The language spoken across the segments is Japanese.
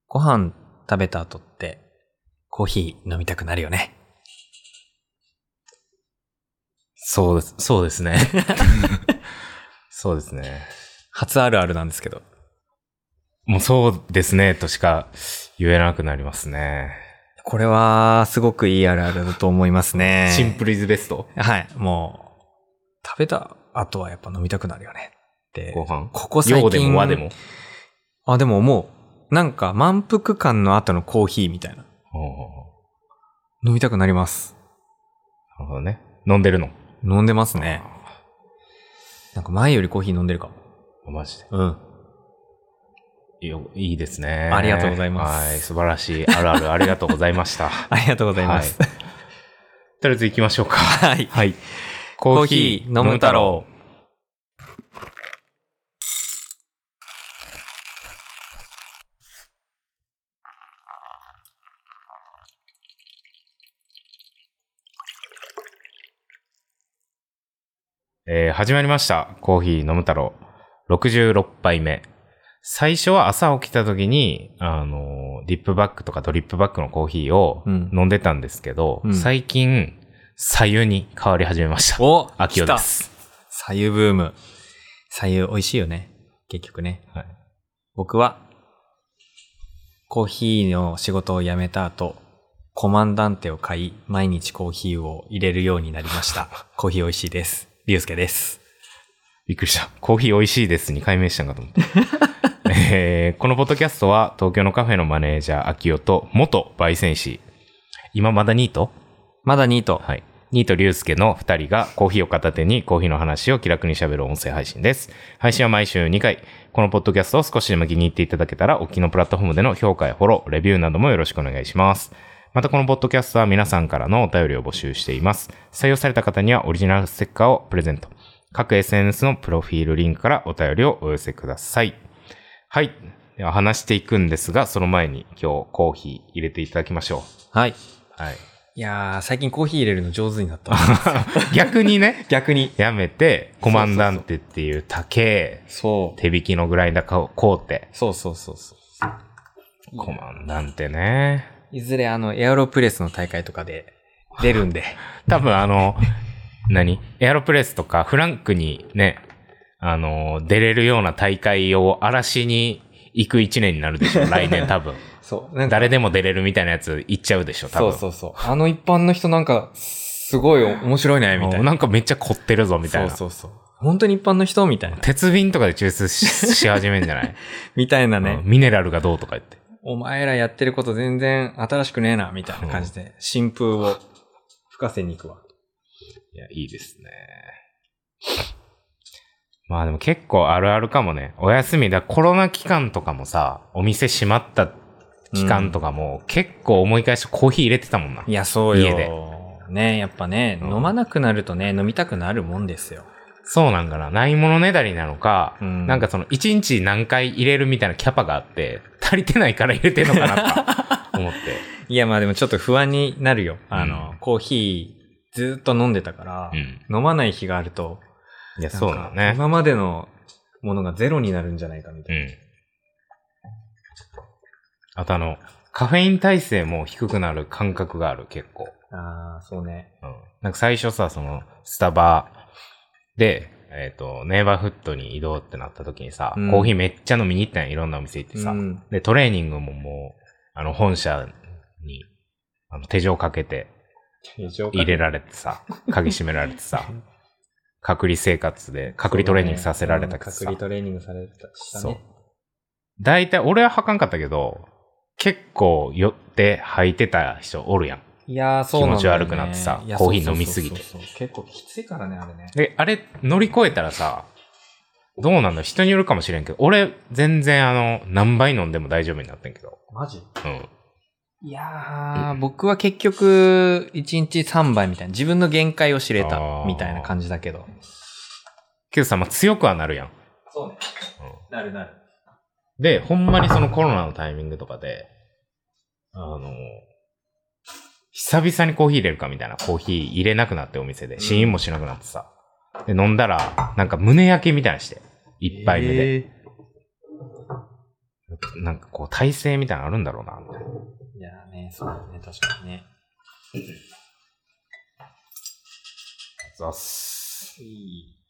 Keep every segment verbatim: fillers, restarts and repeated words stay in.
ご飯食べた後ってコーヒー飲みたくなるよね。 そうです、そうですね。そうですね。 初あるあるなんですけど。 もうそうですねとしか言えなくなりますね。 これはすごくいいあるあるだと思いますね。 シンプルイズベスト。 はい。もう、食べた後はやっぱ飲みたくなるよねって。 ご飯ここ最近。 洋でも和でも。 あ、でももう、なんか満腹感の後のコーヒーみたいな。 ほうほうほう飲みたくなります。 なるほどね。飲んでるの。 飲んでますね。なんか前よりコーヒー飲んでるかも。 マジで。 うん。 よいいですね。 ありがとうございます。 はい、素晴らしい。あるあるありがとうございました。 ありがとうございます。 はい、とりあえず行きましょうか。 はい。 はい。 コーヒー飲む太郎。 えー、始まりました。コーヒー飲む太郎。ろくじゅうろっぱいめ。最初は朝起きた時に、あの、ディップバッグとかドリップバッグのコーヒーを飲んでたんですけど、うん、最近、白湯に変わり始めました。 お、 秋代です。 白湯ブーム。白湯美味しいよね。結局ね。はい、僕は、コーヒーの仕事を辞めた後、コマンダンテを買い、毎日コーヒーを入れるようになりました。コーヒー美味しいです。りゅうすけです。 びっくりした。コーヒー美味しいですに改名したんかと思って。えー、このポッドキャストは東京のカフェのマネージャー秋代と元焙煎士、今まだニートまだニート。 はい。ニート龍介の二人がコーヒーを片手にコーヒーの話を気楽に喋る音声配信です。配信は毎週にかい。このポッドキャストを少しでも気に入っていただけたら、お聞きのプラットフォームでの評価やフォロー、レビューなどもよろしくお願いします。またこのポッドキャストは皆さんからのお便りを募集しています。採用された方にはオリジナルステッカーをプレゼント。各 エスエヌエス のプロフィールリンクからお便りをお寄せください。はい。では話していくんですが、その前に今日コーヒー入れていただきましょう。 はい。 はい。 いやー、最近コーヒー入れるの上手になった。 逆にね。 逆に。 やめて、コマンダンテっていう高え、 そう。 手引きのグラインダーを買うて。 そうそうそうそう。 コマンダンテね。 いずれあの、エアロプレスの大会とかで出るんで。 多分あの、何エアロプレスとかフランクにね、あの、出れるような大会を荒らしに行く一年になるでしょ、来年多分。 そう。なんか誰でも出れるみたいなやつ行っちゃうでしょ、多分。 そうそうそう。あの一般の人なんか、すごい面白いね、みたいな。 なんかめっちゃ凝ってるぞ、みたいな。 そうそうそう。本当に一般の人みたいな。 鉄瓶とかで抽出 し, し始めんじゃないみたいなね、 うん。ミネラルがどうとか言って。 お前らやってること全然新しくねえな、みたいな感じで、新風を吹かせに行くわ。 いや、いいですね。まあでも結構あるあるかもね。お休みだ、コロナ期間とかもさ、お店閉まった期間とかも、うん、結構思い返してコーヒー入れてたもんな。 いや、そうよ。 家で。 ね、やっぱね、うん、飲まなくなるとね、飲みたくなるもんですよ。 そうなんかな。ないものねだりなのか、うん、なんかその一日何回入れるみたいなキャパがあって、足りてないから入れてんのかなと思って。 いや、まあでもちょっと不安になるよ。あの、うん、コーヒーずっと飲んでたから、うん、飲まない日があると、 いや、そうだね。 今までのものがゼロになるんじゃないかみたいな。うん。 あとあの、カフェイン耐性も低くなる感覚がある、結構。 ああ、そうね。 うん。なんか最初さ、その、スタバで、えっと、ネイバーフットに移動ってなった時にさ、うん、コーヒーめっちゃ飲みに行ったんや、いろんなお店行ってさ。うん、で、トレーニングももう、あの、本社に、あの、手錠かけて、入れられてさ、鍵閉められてさ、隔離生活で、隔離トレーニングさせられたけどさ、 ね、うん、隔離トレーニングされたしたね。そう。 大体、俺は吐かんかったけど、結構酔って吐いてた人おるやん。 いやー、そうなんだよね。 気持ち悪くなってさ、コーヒー飲みすぎて。 そうそうそうそう。結構きついからね、あれね。 で、あれ乗り越えたらさ、どうなんだ、人によるかもしれんけど、俺全然あの、何杯飲んでも大丈夫になってんけど。 マジ？ うん。 いやー、うん、僕は結局、いちにちさんばいみたいな、自分の限界を知れた、みたいな感じだけど。 けどさ、まあ、強くはなるやん。 そうね。うん。なるなる。 で、ほんまにそのコロナのタイミングとかで、あの、久々にコーヒー入れるかみたいな、コーヒー入れなくなってお店で、試飲もしなくなってさ。で、飲んだら、なんか胸焼けみたいなして、一杯目で。えー、 なんかこう体勢みたいなのあるんだろうな、みたいな。 いやね、そうだね、確かにね。 ざっす。 いい。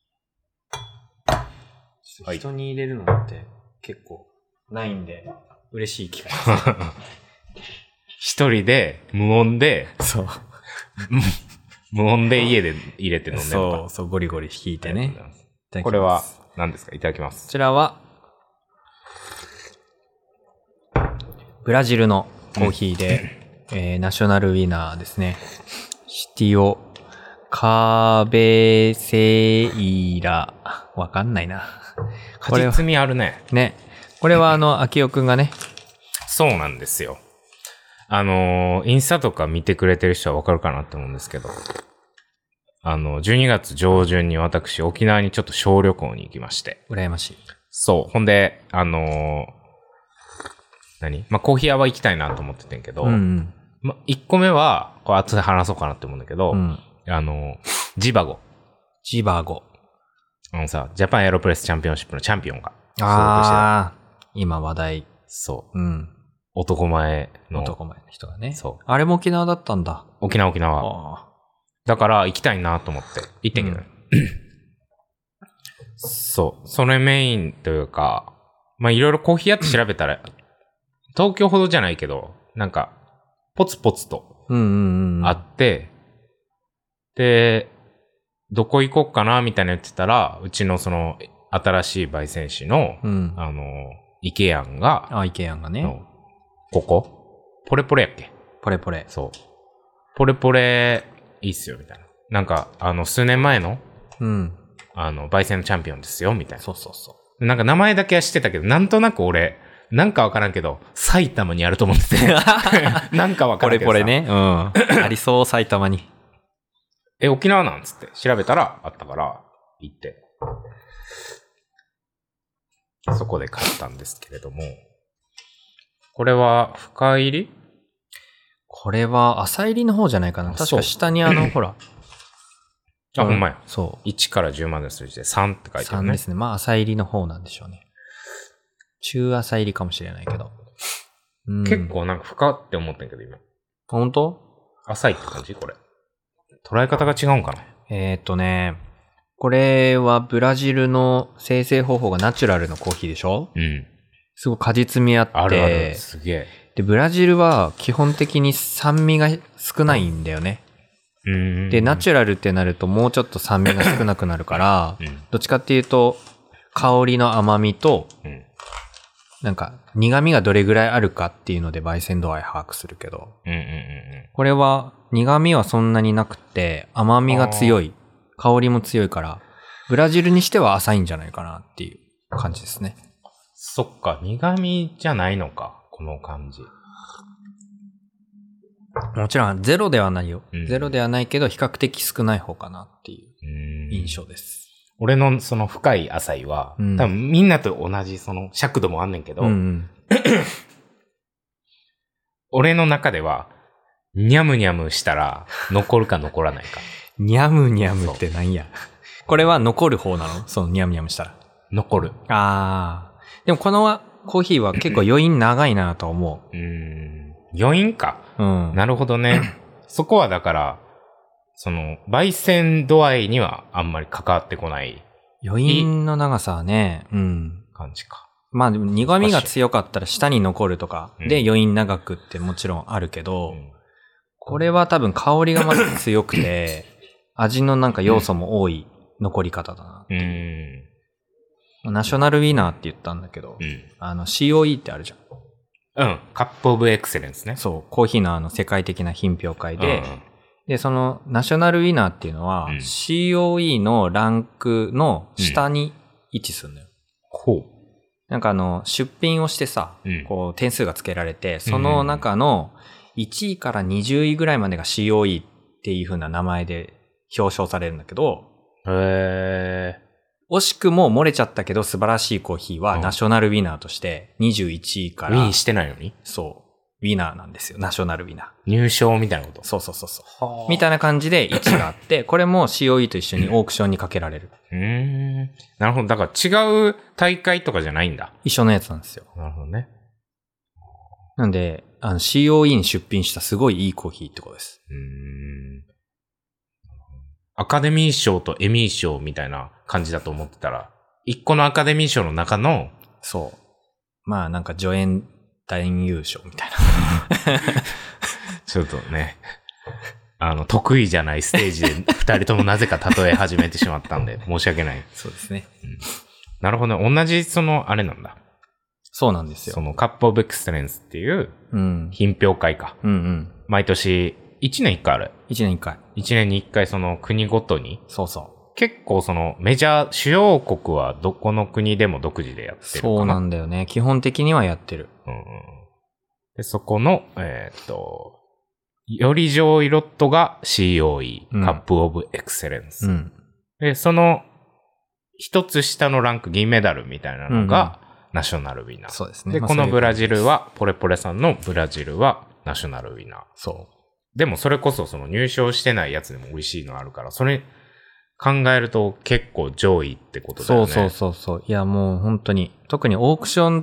人に入れるのって結構ないんで、嬉しい機会ですね。 一人で、無音で、 そう。 無音で家で入れて飲んでるのか。 そう、そう、ゴリゴリ引いてね。 これは何ですか？いただきます。 こちらは、ブラジルのコーヒーで、うんえー、ナショナルウィナーですね。シティオカベセイラ。わかんないな。 果実味あるね。 ね。これはあの、秋代くんがね。 そうなんですよ。あのー、インスタとか見てくれてる人はわかるかなって思うんですけど、あの、じゅうにがつ上旬に私、沖縄にちょっと小旅行に行きまして。 羨ましい。 そう。ほんで、あのー、何まあ、コーヒー屋は行きたいなと思っててんけど、うんうん、まあ、いっこめは、これ後で話そうかなって思うんだけど、うん、あのー、ジバゴ。 ジバゴ。 あのさ、ジャパンエアロプレスチャンピオンシップのチャンピオンが。 ああ、今話題。 そう。うん。男前の。 男前の人がね。 そう。 あれも沖縄だったんだ。 沖縄、沖縄。だから行きたいなと思って行ってんけどね。うん、そう。それメインというか、まあいろいろコーヒー屋って調べたら、東京ほどじゃないけど、なんか、ポツポツとあって、で、どこ行こうかなみたいな言ってたら、うちのその、新しい焙煎士の、うん、あの、イケヤンが、 あ、イケヤンがね。 ここポレポレやっけポレポレ。 そう。ポレポレ、いいっすよ、みたいな。なんか、あの、数年前の、うん。あの、焙煎のチャンピオンですよ、みたいな。 そうそうそう。 なんか名前だけは知ってたけど、なんとなく俺、なんかわからんけど、埼玉にあると思ってて。なんかわからんけどさ。 ポレポレね。うん。ありそう、埼玉に。 え、沖縄なんつって調べたらあったから、行って。そこで買ったんですけれども。これは、深入り？ これは、浅入りの方じゃないかな。確か下にあの、ほら。 あ、ほんまや。 そう。 いちからじゅうまでの数字でさんって書いてあるね。 さんですね。まあ、浅入りの方なんでしょうね。中浅入りかもしれないけど。 うん、結構なんか深って思ったけど、今。 本当？ 浅いって感じこれ。捉え方が違うんかな。 えー、っとね、これはブラジルの生成方法がナチュラルのコーヒーでしょ？うん。すごい果実味あって。 あるある。すげえ。 で、ブラジルは基本的に酸味が少ないんだよね。うん。で、ナチュラルってなるともうちょっと酸味が少なくなるから、うん、どっちかっていうと、香りの甘みと、うん、なんか苦味がどれぐらいあるかっていうので焙煎度合い把握するけど、うんうんうんうん、これは苦味はそんなになくて甘みが強い、香りも強いから、ブラジルにしては浅いんじゃないかなっていう感じですね。 そっか、苦味じゃないのか、この感じ。 もちろんゼロではないよ、うん。ゼロではないけど比較的少ない方かなっていう印象です。 俺のその深い浅いは、うん、多分みんなと同じその尺度もあんねんけど、うんうん、俺の中では、ニャムニャムしたら残るか残らないか。 ニャムニャムってなんや。これは残る方なの？そのニャムニャムしたら。 残る。 ああ。でもこのコーヒーは結構余韻長いなと思う。 うーん。余韻か。うん。なるほどね。そこはだから、その、焙煎度合いにはあんまり関わってこない。 余韻の長さはね、うん。 感じか。 まあでも苦味が強かったら舌に残るとかで余韻長くってもちろんあるけど、うん、これは多分香りがまず強くて、味のなんか要素も多い残り方だなっていう。うん、ナショナルウィナーって言ったんだけど、うん、あの シーオーイー ってあるじゃん。 うん。カップオブエクセレンスね。 そう。コーヒーのあの世界的な品評会で、うん、で、そのナショナルウィナーっていうのは、うん、シーオーイー のランクの下に位置するのよ。 ほう。 なんかあの、出品をしてさ、うん、こう点数がつけられて、その中のいちいからにじゅういぐらいまでが シーオーイー っていう風な名前で表彰されるんだけど、 へー。 惜しくも漏れちゃったけど素晴らしいコーヒーはナショナルウィナーとしてにじゅういちいから。 ウィンしてないのに？ そう。ウィナーなんですよ。ナショナルウィナー。 入賞みたいなこと？ そうそうそうそう。みたいな感じでいちがあって、これも シーオーイー と一緒にオークションにかけられる。 うーん。なるほど。だから違う大会とかじゃないんだ。 一緒のやつなんですよ。 なるほどね。 なんで、あの シーオーイー に出品したすごいいいコーヒーってことです。 うーん。アカデミー賞とエミー賞みたいな感じだと思ってたら、一個のアカデミー賞の中の、 そう。まあなんか助演男優賞みたいな。 ちょっとね、あの、得意じゃないステージで二人ともなぜか例え始めてしまったんで、申し訳ない。 そうですね。 うん、なるほどね。同じ、その、あれなんだ。 そうなんですよ。 その、カップオブエクセレンスっていう、品評会か。 うんうん。 毎年、いちねんいっかいある。 いちねんいっかい。 いちねんにいっかいその国ごとに。 そうそう。 結構そのメジャー、主要国はどこの国でも独自でやってるかな。 そうなんだよね。基本的にはやってる。 うんうん、でそこの、えー、っと、より上位ロットが シーオーイー、うん、カップオブエクセレンス。うん、で、その一つ下のランク銀メダルみたいなのがナショナルウィナー。うんうん、 そうですね。 で、まあ、このブラジルは、ポレポレさんのブラジルはナショナルウィナー。 そう。 でもそれこそその入賞してないやつでも美味しいのあるから、それ考えると結構上位ってことだよね。 そうそうそうそう。いやもう本当に、特にオークションって、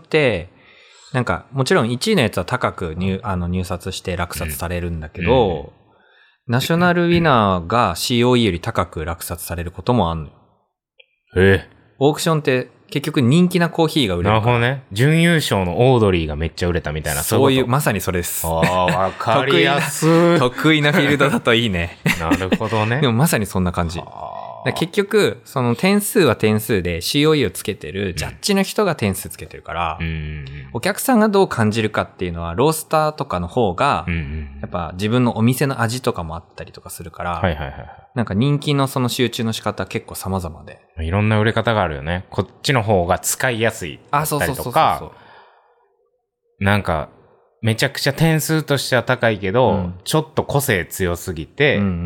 なんかもちろんいちいのやつは高く入、あの入札して落札されるんだけど、うんうん、ナショナルウィナーが シーオーイー より高く落札されることもあんのよ。 ええ。 オークションって結局人気なコーヒーが売れるから。 なるほどね。準優勝のオードリーがめっちゃ売れたみたいな。 そういう、まさにそれです。 ああ、わかりやすい。 得意なフィールドだといいね。 なるほどね。 でもまさにそんな感じ。結局、その点数は点数で シーオーイー をつけてる、ジャッジの人が点数つけてるから、うん、お客さんがどう感じるかっていうのは、ロースターとかの方が、やっぱ自分のお店の味とかもあったりとかするから、はいはいはい、なんか人気のその集中の仕方結構様々で。 いろんな売れ方があるよね。こっちの方が使いやすいだったりとか、なんか、めちゃくちゃ点数としては高いけど、うん、ちょっと個性強すぎて、うんうんうん、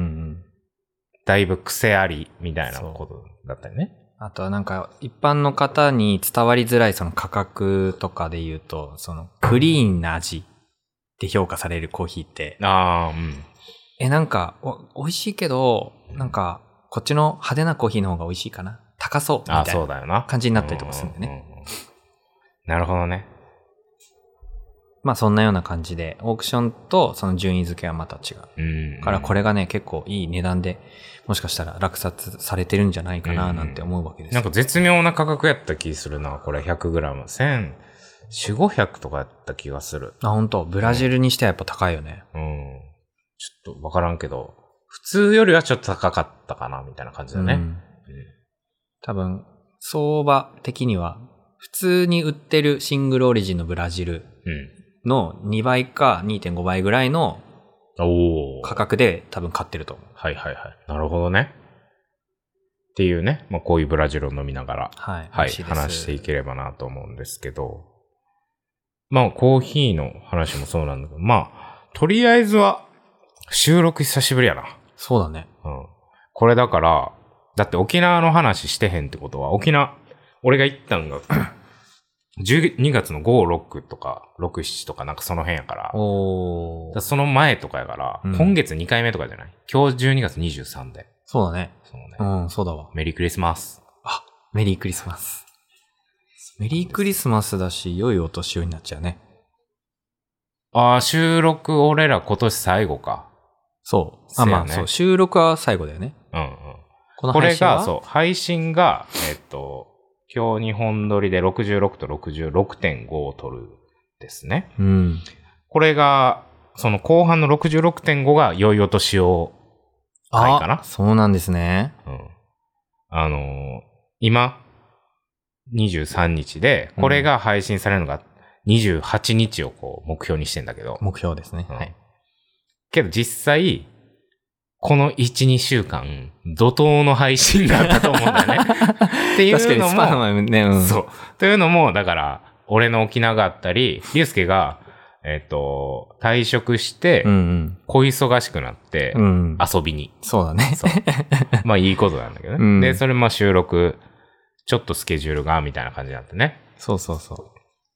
だいぶ癖ありみたいなことだったりね。 あとはなんか一般の方に伝わりづらいその価格とかで言うと、そのクリーンな味で評価されるコーヒーって、あ、うん、え、なんかお美味しいけど、なんかこっちの派手なコーヒーの方が美味しいかな。高そうみたいな感じになったりとかするんでね。うんうんうん、 なるほどね。 まあそんなような感じで、オークションとその順位付けはまた違う。うんうん、からこれがね、結構いい値段で、もしかしたら落札されてるんじゃないかななんて思うわけです、 うんうん。なんか絶妙な価格やった気するな、これ ひゃくグラム。せんよんひゃく、ごひゃくとかやった気がする。 あ、本当ブラジルにしてはやっぱ高いよね。 うん。うん、ちょっとわからんけど、普通よりはちょっと高かったかな、みたいな感じだね。うんうん、 多分、相場的には、普通に売ってるシングルオリジンのブラジルのにばいか にてんご 倍ぐらいの価格で多分買ってると思う。 はいはいはい。なるほどね。っていうね、まあ、こういうブラジルを飲みながら、はい、はい、話していければなと思うんですけど、まあコーヒーの話もそうなんだけど、まあ、とりあえずは収録久しぶりやな。 そうだね。 うん。これだから、だって沖縄の話してへんってことは、沖縄、俺が行ったんが、じゅうにがつのご、ろくとか、ろく、しちとかなんかその辺やから、おー。その前とかやから、うん、今月にかいめとかじゃない？今日じゅうにがつにじゅうさんで。 そうだね。そうね。うん、そうだわ。 メリークリスマス。 あ、メリークリスマス。メリークリスマスだし、良いお年をになっちゃうね。 ああ、収録俺ら今年最後か。 そう。あ、まあそう、収録は最後だよね。うんうん。 この配信はこれが、そう、配信が、えっと、今日にほん撮りでろくじゅうろくと ろくじゅうろくてんご を撮るですね。うん。これが、その後半の ろくじゅうろくてんご が良いお年を回かな。 そうなんですね。 うん。あのー、今、にじゅうさんにちで、これが配信されるのがにじゅうはちにちをこう目標にしてんだけど。 目標ですね。うん、はい。 けど実際、このいち、にしゅうかん、怒涛の配信だったと思うんだよね。っていうのも、確かにスパンはね、うん、そう。というのも、だから、俺の沖縄があったり、リュウスケが、えっと、退職して、うんうん、小忙しくなって、うん、遊びに。 そうだね。そう。 まあいいことなんだけどね。うん、で、それまあ収録、ちょっとスケジュールが、みたいな感じになってね。 そうそうそう。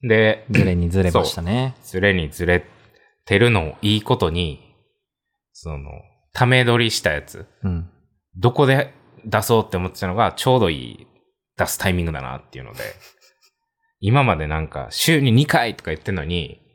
で、 ずれにずれましたね。 ずれにずれてるのをいいことに、その、ため撮りしたやつ、うん、どこで出そうって思ってたのがちょうどいい出すタイミングだなっていうので、今までなんか週ににかいとか言ってんのに、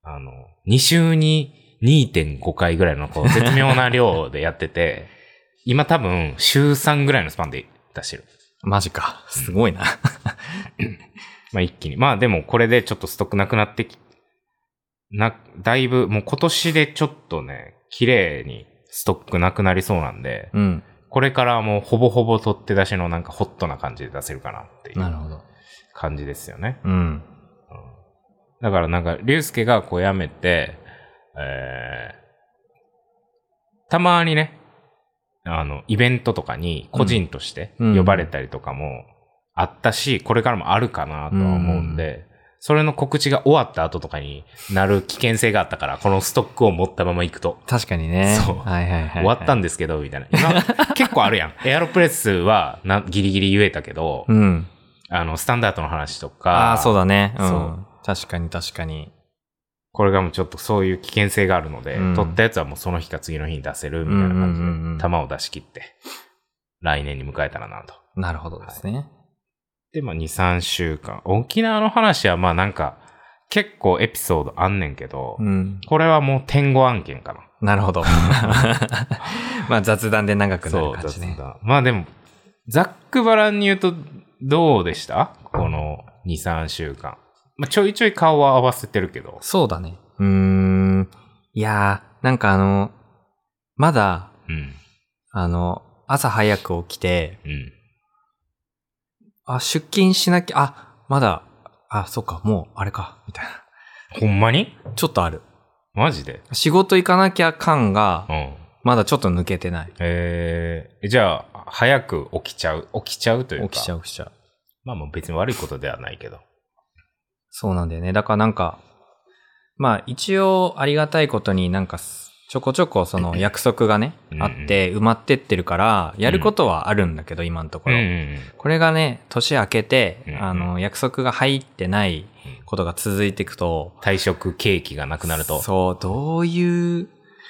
あの、に週に にてんご 回ぐらいのこう絶妙な量でやってて、今多分週さんぐらいのスパンで出してる。 マジか。すごいな。 まあ一気に。まあでもこれでちょっとストックなくなってき、な、だいぶもう今年でちょっとね、綺麗にストックなくなりそうなんで、 うん。 これからもうほぼほぼ取って出しのなんかホットな感じで出せるかなっていうなるほど。 感じですよね。 うん。 うん、だからなんか、竜介がこう辞めて、えー、たまにね、あの、イベントとかに個人として呼ばれたりとかもあったし、うん、これからもあるかなとは思うんで、うん、それの告知が終わった後とかになる危険性があったから、このストックを持ったまま行くと。 確かにね。 そう。 はいはいはい、はい。 終わったんですけど、みたいな。今、結構あるやん。エアロプレスはなギリギリ言えたけど、 うん。 あの、スタンダードの話とか。 ああ、そうだね。うん。 そう。 確かに確かに。 これがもうちょっとそういう危険性があるので、うん、取ったやつはもうその日か次の日に出せるみたいな感じで、うんうんうんうん、球を出し切って、来年に迎えたらなと。 なるほどですね。はい、 で、まあに、さんしゅうかん。沖縄の話はまあなんか、結構エピソードあんねんけど、うん、これはもう天狗案件かな。 なるほど。まあ雑談で長くなる感じね。 そう、雑談。まあでも、ざっくばらんに言うと、どうでしたこのに、さんしゅうかん。まあ、ちょいちょい顔は合わせてるけど。 そうだね。うーん。いやー、なんかあの、まだ、うん、あの、朝早く起きて、うん、あ、出勤しなきゃ、あ、まだ、あ、そっか、もう、あれか、みたいな。 ほんまに？ ちょっとある。 マジで？ 仕事行かなきゃ感が、うん、まだちょっと抜けてない。 えー、じゃあ、早く起きちゃう、起きちゃうというか。 起きちゃう、起きちゃう。 まあもう別に悪いことではないけど。 そうなんだよね。だからなんか、まあ一応ありがたいことになんかちょこちょこその約束がね、あって埋まってってるから、やることはあるんだけど、今のところ。これがね、年明けて、あの、約束が入ってないことが続いていくと、 退職契機がなくなると。 そう、どういう、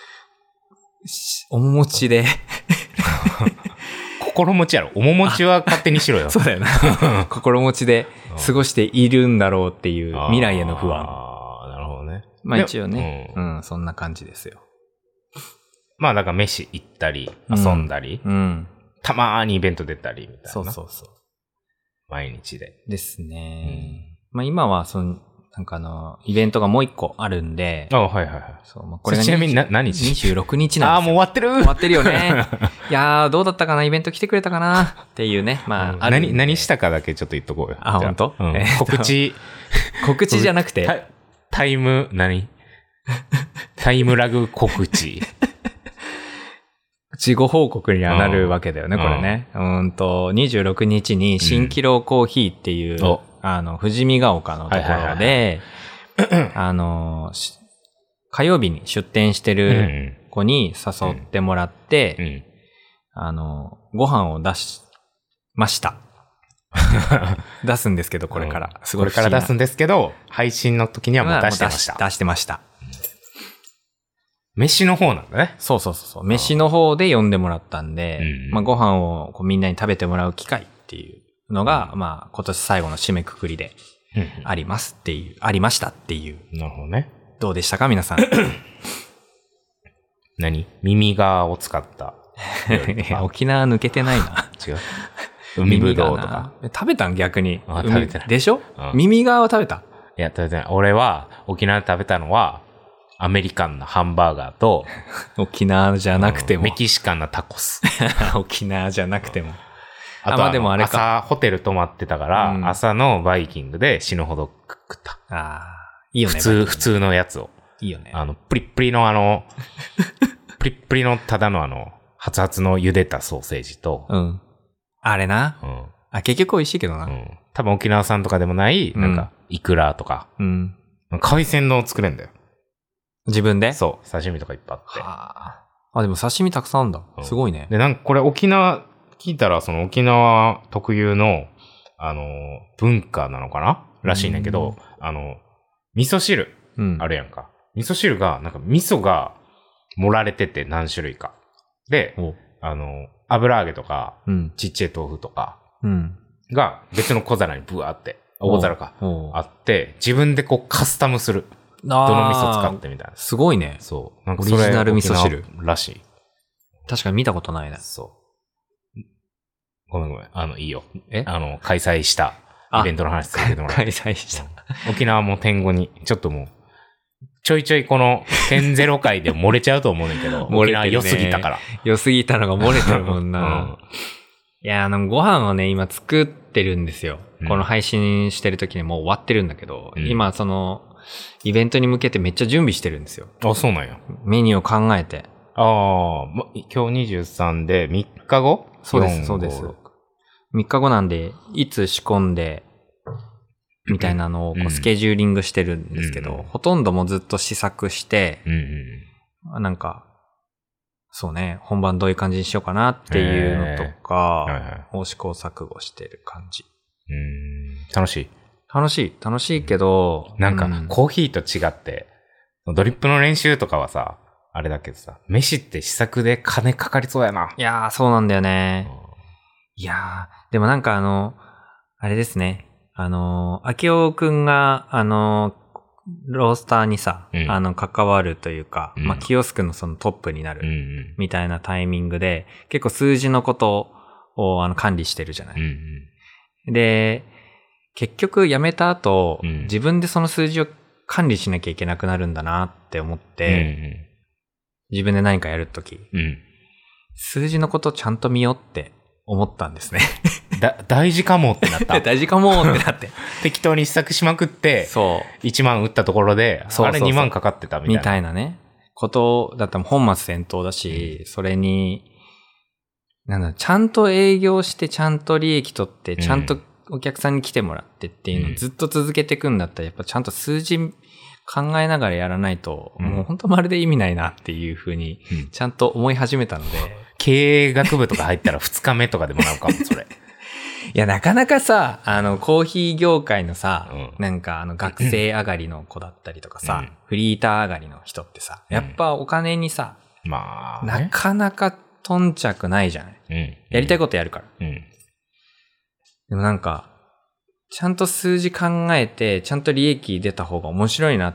面持ちで。 心持ちやろ。面持ちは勝手にしろよ。 そうだよな。心持ちで過ごしているんだろうっていう未来への不安。 ああ、なるほどね。 まあ一応ね、うん、うん、そんな感じですよ。 まあだから飯行ったり、遊んだり、うんうん、たまーにイベント出たりみたいな。 そうそうそう。 毎日で。 ですね。うん、まあ今はその、なんかあの、イベントがもう一個あるんで。 あ、はいはいはい。 そう、まあ、これがちなみにな何日 ?にじゅうろくにちなんですよ。 ああ、もう終わってる終わってるよね。いやー、どうだったかなイベント来てくれたかなっていうね。まあ、うん、ある何、何したかだけちょっと言っとこうよ。 あ、本当？ うん、告知。 告知じゃなくて。 タ, タイム、何タイムラグ告知。 事後報告にはなるわけだよね、これね。うんと、にじゅうろくにちに新キロコーヒーっていう、うん、あの、富士見ヶ丘のところで、あの、火曜日に出店してる子に誘ってもらって、うんうん、あの、ご飯を出しました。出すんですけど、これから。 すごいこれから出すんですけど、配信の時にはもう出してました。 出してました。 飯の方なんだね。 そうそうそう。飯の方で呼んでもらったんで、うん、まあご飯をこうみんなに食べてもらう機会っていうのが、うん、まあ今年最後の締めくくりでありますっていう、うん、ありましたっていう。 なるほどね。 どうでしたか皆さん。 何？耳側を使った。 沖縄抜けてないな。 違う。海ぶどうとか。 食べたん逆に。 あ、食べてない。 でしょ、うん、耳側は食べた？ いや、食べてない。俺は沖縄で食べたのは、アメリカンなハンバーガーと、 沖縄じゃなくても。 メキシカンなタコス。 沖縄じゃなくても。 あとは、あ、でもあれか。朝ホテル泊まってたから、うん、朝のバイキングで死ぬほど食った。 ああ、いいよね。 普通、普通のやつを。 いいよね。 あの、プリップリのあの、プリップリのただのあの、熱々の茹でたソーセージと。 うん。あれな。うん。あ、結局美味しいけどな。うん。 多分沖縄産とかでもない、なんか、イクラとか。うん。海鮮丼を作れんだよ。 自分で？ そう。刺身とかいっぱいあって。 はあ。あ、でも刺身たくさんあんだ。うん、すごいね。 で、なんかこれ沖縄、聞いたらその沖縄特有の、あの、文化なのかならしいんだけど、あの、味噌汁、あるやんか。うん、味噌汁が、なんか味噌が盛られてて何種類か。で、あの、油揚げとか、うん、ちっちゃい豆腐とか、うん、が別の小皿にブワーって、大皿か、あって、自分でこうカスタムする。 あーどの味噌使ってみたいな。 すごいね。 そう。なんかオリジナル味噌汁沖縄らしい。 確かに見たことないね。 そう。ごめんごめん。あの、いいよ。 えあの、開催したイベントの話させてもらって。 開催した。 沖縄も天狗に、ちょっともう、ちょいちょいこの点ゼロ回で漏れちゃうと思うねんけど、 漏れてるね沖縄良すぎたから。 良すぎたのが漏れてるもんな。 うん、 いや、あの、ご飯をね、今作ってるんですよ。 うん、 この配信してる時にもう終わってるんだけど、 うん、 今、その、イベントに向けてめっちゃ準備してるんですよ。 あ、そうなんや。 メニューを考えて。 ああ、ま、今日にじゅうさんでみっかご？ そうです、そうです。みっかごなんで、いつ仕込んで、みたいなのをこうスケジューリングしてるんですけど、うんうん、ほとんどもうずっと試作して、うんうん、なんか、そうね、本番どういう感じにしようかなっていうのとか、はいはい、試行錯誤してる感じ。 うーん、楽しい楽しい。楽しいけど、 なんか、コーヒーと違って、ドリップの練習とかはさ、あれだけどさ、飯って試作で金かかりそうやな。 いやー、そうなんだよね。いやー、でもなんかあの、あれですね。あの、秋尾くんが、あの、ロースターにさ、うん、あの、関わるというか、うん、まあ、キオスクのそのトップになる、みたいなタイミングで、うんうん、結構数字のことを、あの、管理してるじゃない。うんうん、で、結局辞めた後、うん、自分でその数字を管理しなきゃいけなくなるんだなって思って、うんうん、自分で何かやるとき、うん、数字のことをちゃんと見ようって思ったんですね。 だ、大事かもってなった。 大事かもってなって。 適当に試作しまくって、そう。いちまん打ったところで、そうそうそう、あれにまんかかってたみたいな。 みたいなね。ことだったら本末転倒だし、うん、それに、なんだ、ちゃんと営業して、ちゃんと利益取って、ちゃんとお客さんに来てもらってっていうのをずっと続けていくんだったら、やっぱちゃんと数字考えながらやらないと、うん、もう本当まるで意味ないなっていうふうに、ちゃんと思い始めたので。うん、 経営学部とか入ったらふつかめとかでもなるかも、それ。 いや、なかなかさ、あの、コーヒー業界のさ、うん、なんかあの、学生上がりの子だったりとかさ、うん、フリーター上がりの人ってさ、やっぱお金にさ、うん、まあ、なかなか頓着ないじゃない。うん、やりたいことやるから。うん、でもなんか、ちゃんと数字考えて、ちゃんと利益出た方が面白いなって、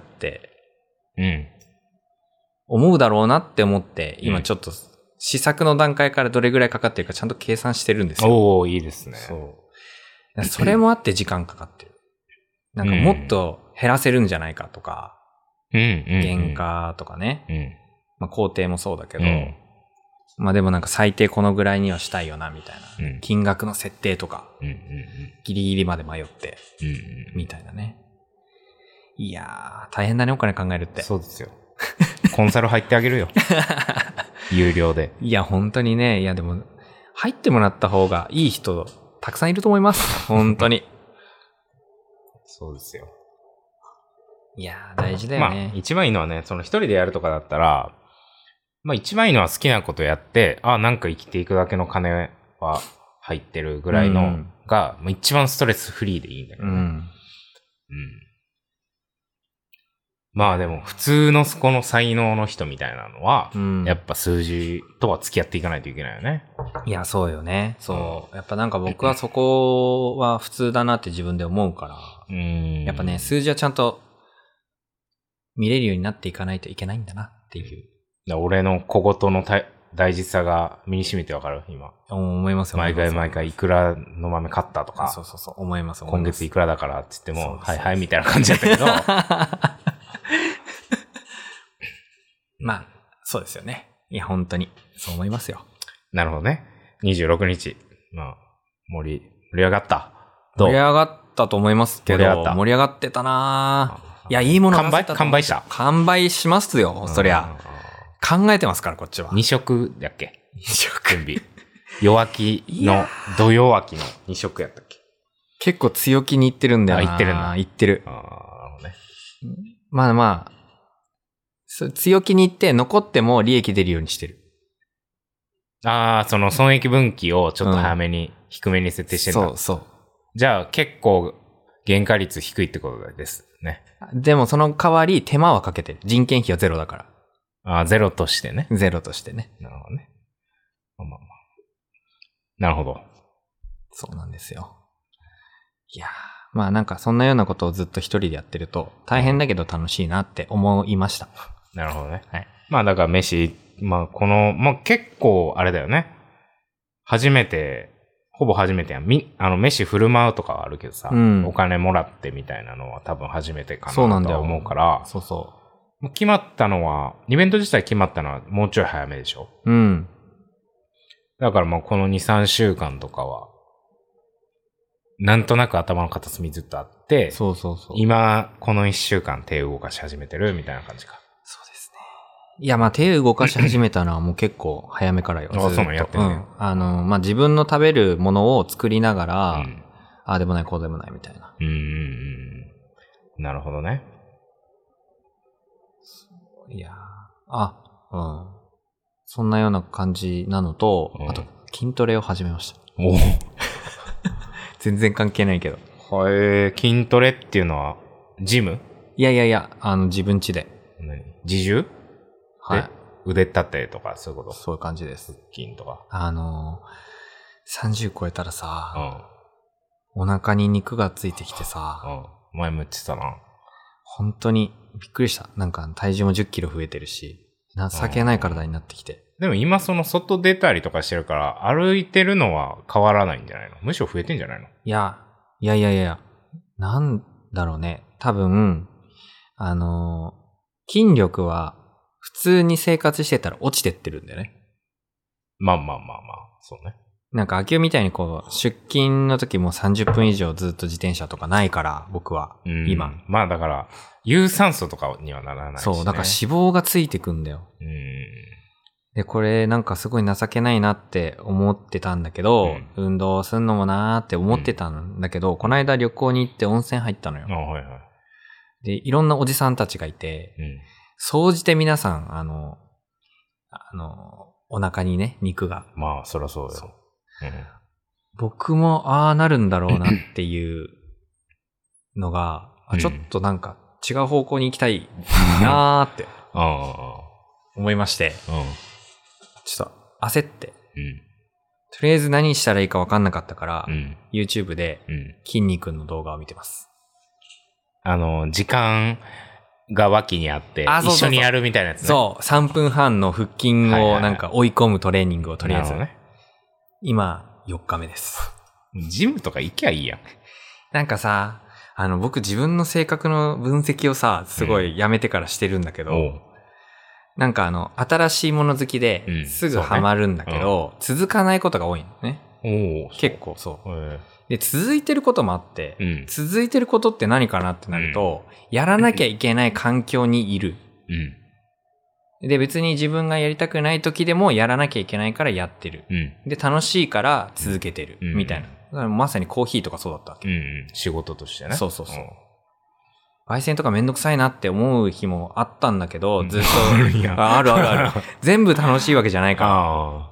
うん、思うだろうなって思って、今ちょっと、試作の段階からどれぐらいかかってるかちゃんと計算してるんですよ。 おー、いいですね。 そう。それもあって時間かかってる。なんかもっと減らせるんじゃないかとか、うん、原価とかね。うん、まあ工程もそうだけど、うん、まあでもなんか最低このぐらいにはしたいよなみたいな。うん、金額の設定とか、うんうんうん、ギリギリまで迷って、うんうん、みたいなね。いやー、大変だね、お金考えるって。 そうですよ。コンサル入ってあげるよ。有料で。 いや、本当にね。いや、でも、入ってもらった方がいい人、たくさんいると思います。本当に。 そうですよ。 いや、大事だよね。 まあ、一番いいのはね、その一人でやるとかだったら、まあ一番いいのは好きなことやって、あ、なんか生きていくだけの金は入ってるぐらいの、うん、が、一番ストレスフリーでいいんだけどね。うん。うん、まあでも普通のこの才能の人みたいなのは、うん、やっぱ数字とは付き合っていかないといけないよね。 いや、そうよね。そう。やっぱなんか僕はそこは普通だなって自分で思うから、うん、やっぱね、数字はちゃんと見れるようになっていかないといけないんだなっていう。 俺の小言の大事さが身に染みてわかる今。 思いますよ。 毎回毎回いくらの豆買ったとか。 そうそうそう。思います。 今月いくらだからって言っても、はいはいみたいな感じだったけど。 まあ、そうですよね。いや、本当に。そう思いますよ。 なるほどね。にじゅうろくにち。まあ、盛り、盛り上がった。 どう？盛り上がったと思いますけど、盛り上がった。盛り上がってたなぁ。いや、いいもの完売完売した完売しますよ、そりゃ。考えてますから、こっちは。 に食だっけ？ に食。 準備。弱気の、土弱気のに食やったっけ？ 結構強気にいってるんだよな。 あ、いってるんだ。 いってる。ああ、なるほどね。まあまあ、強気にいって残っても利益出るようにしてる。 ああ、その損益分岐をちょっと早めに、うん、低めに設定してるんだ。 そうそう。 じゃあ結構原価率低いってことですね。 でもその代わり手間はかけてる。人件費はゼロだから。 ああ、ゼロとしてね。 ゼロとしてね。 なるほどね。まあまあまあ。なるほど。 そうなんですよ。いやー、 まあなんかそんなようなことをずっと一人でやってると大変だけど楽しいなって思いました。 なるほどね。 はい。 まあだから飯、まあこの、まあ結構あれだよね。初めて、ほぼ初めてやん。み、あの飯振る舞うとかはあるけどさ、うん、お金もらってみたいなのは多分初めてかなとは思うから。 そうそう。 決まったのは、イベント自体決まったのはもうちょい早めでしょ。 うん。 だからまあこのに、さんしゅうかんとかは、なんとなく頭の片隅ずっとあって、 そうそうそう。 今、このいっしゅうかん手を動かし始めてるみたいな感じか。 そうですね。いや、まあ手を動かし始めたのはもう結構早めからよ。 ああ、そうなんやってるね。うん。 あの、まあ自分の食べるものを作りながら、うん、ああでもない、こうでもないみたいな。 うんうんうん。なるほどね。 いやー、あ、うん。そんなような感じなのと、うん、あと筋トレを始めました。 おお。 全然関係ないけど。 はい、筋トレっていうのは、ジム？ いやいやいや、あの、自分家で。 何？自重？ はい。 腕立てとかそういうこと？ そういう感じです。 腹筋とか。 あのー、さんじゅう超えたらさ、うん、お腹に肉がついてきてさ、 うん、前も言ってたな。 本当にびっくりした。なんか体重もじゅっキロ増えてるし、情けない体になってきて。 でも今その外出たりとかしてるから歩いてるのは変わらないんじゃないの？むしろ増えてんじゃないの？ いや、いやいやいや、なんだろうね。多分、あのー、筋力は普通に生活してたら落ちてってるんだよね。 まあまあまあまあ、そうね。 なんか、秋代みたいにこう、出勤の時もさんじゅっぷん以上ずっと自転車とかないから、僕は、今。 まあだから、有酸素とかにはならないし、ね。 そう、だから脂肪がついてくんだよ。 うんで、これなんかすごい情けないなって思ってたんだけど、うん、運動すんのもなーって思ってたんだけど、うん、この間旅行に行って温泉入ったのよ。 あ、はいはい。 で、いろんなおじさんたちがいて、うん、総じて皆さん、あの、あの、お腹にね、肉が。 まあ、そらそうよ。そう、 うん、僕もああなるんだろうなっていうのが、うん、ちょっとなんか違う方向に行きたいなーって思いまして、うんちょっと焦って、うん、とりあえず何したらいいか分かんなかったから、うん、YouTube で筋肉の動画を見てます。 あの、時間が脇にあって、そうそうそう一緒にやるみたいなやつね。 そう、さんぷんはんの腹筋をなんか追い込むトレーニングをとりあえず、ね、今よっかめです。 ジムとか行きゃいいやん。 なんかさ、あの僕自分の性格の分析をさ、すごいやめてからしてるんだけど、うんなんかあの、新しいもの好きで、すぐハマるんだけど、うんねうん、続かないことが多いのね。 お結構そう。で、続いてることもあって、うん、続いてることって何かなってなると、うん、やらなきゃいけない環境にいる。うん、で、別に自分がやりたくない時でもやらなきゃいけないからやってる。うん、で、楽しいから続けてる。うん、みたいな。だからまさにコーヒーとかそうだったわけ。 うんうん、仕事としてね。 そうそうそう。うん焙煎とかめんどくさいなって思う日もあったんだけど、ずっと、あるあるある。全部楽しいわけじゃないから。